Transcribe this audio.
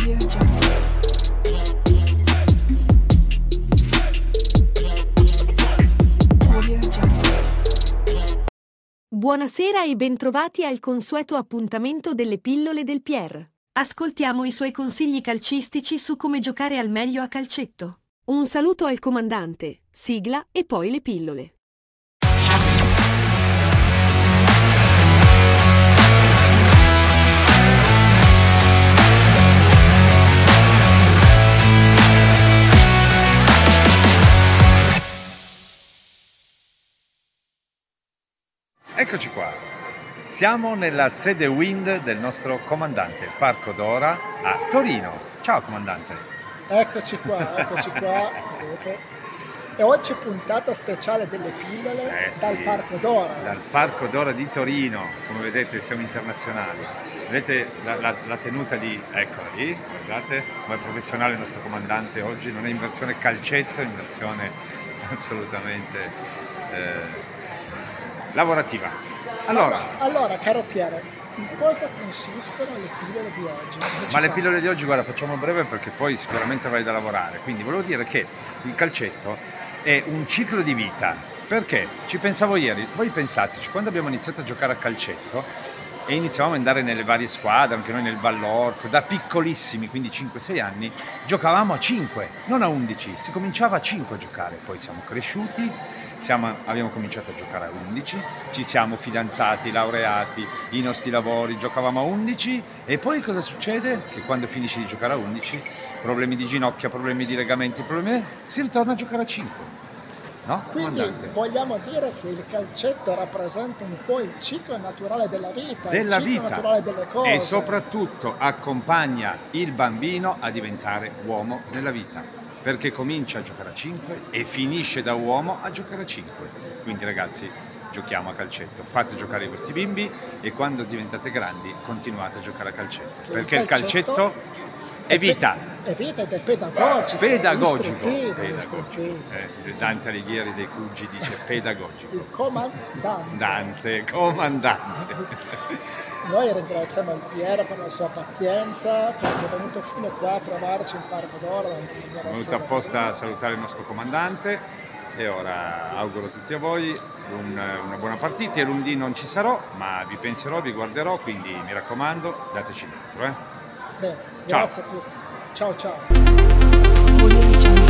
Buonasera e bentrovati al consueto appuntamento delle pillole del Pier. Ascoltiamo i suoi consigli calcistici su come giocare al meglio a calcetto. Un saluto al comandante, sigla e poi le pillole. Eccoci qua, siamo nella sede Wind del nostro comandante, Parco Dora a Torino. Ciao comandante. Eccoci qua, vedete. E oggi puntata speciale delle pillole dal sì, Parco Dora. Dal Parco Dora di Torino, come vedete siamo internazionali. Vedete la tenuta di, eccola lì, guardate, come professionale il nostro comandante oggi non è in versione calcetto, è in versione assolutamente lavorativa. Allora, caro Piero, in cosa consistono le pillole di oggi? Ma le pillole di oggi, guarda, facciamo breve perché poi sicuramente avrai da lavorare. Quindi volevo dire che il calcetto è un ciclo di vita. Perché? Ci pensavo ieri, voi pensateci, quando abbiamo iniziato a giocare a calcetto e iniziavamo ad andare nelle varie squadre, anche noi nel Vallorco, da piccolissimi, quindi 5-6 anni, giocavamo a 5, non a 11, si cominciava a 5 a giocare, poi siamo cresciuti, abbiamo cominciato a giocare a 11, ci siamo fidanzati, laureati, i nostri lavori, giocavamo a 11 e poi cosa succede? Che quando finisci di giocare a 11, problemi di ginocchia, problemi di legamenti, si ritorna a giocare a 5. No? Quindi vogliamo dire che il calcetto rappresenta un po' il ciclo naturale della vita, il ciclo naturale delle cose. E soprattutto accompagna il bambino a diventare uomo nella vita, perché comincia a giocare a 5 e finisce da uomo a giocare a 5. Quindi ragazzi, giochiamo a calcetto, fate giocare i vostri bimbi e quando diventate grandi continuate a giocare a calcetto, perché il calcetto è vita. È vita ed è pedagogico. Dante Alighieri dei Cuggi dice pedagogico. Il comandante. Noi ringraziamo il Piero per la sua pazienza, perché è venuto fino qua a trovarci in Parco Dora. Sono venuto apposta a salutare il nostro comandante e ora auguro a tutti a voi una buona partita. E lunedì non ci sarò, ma vi penserò, vi guarderò, quindi mi raccomando, dateci dentro. Bene, ciao. Grazie a tutti. Ciao.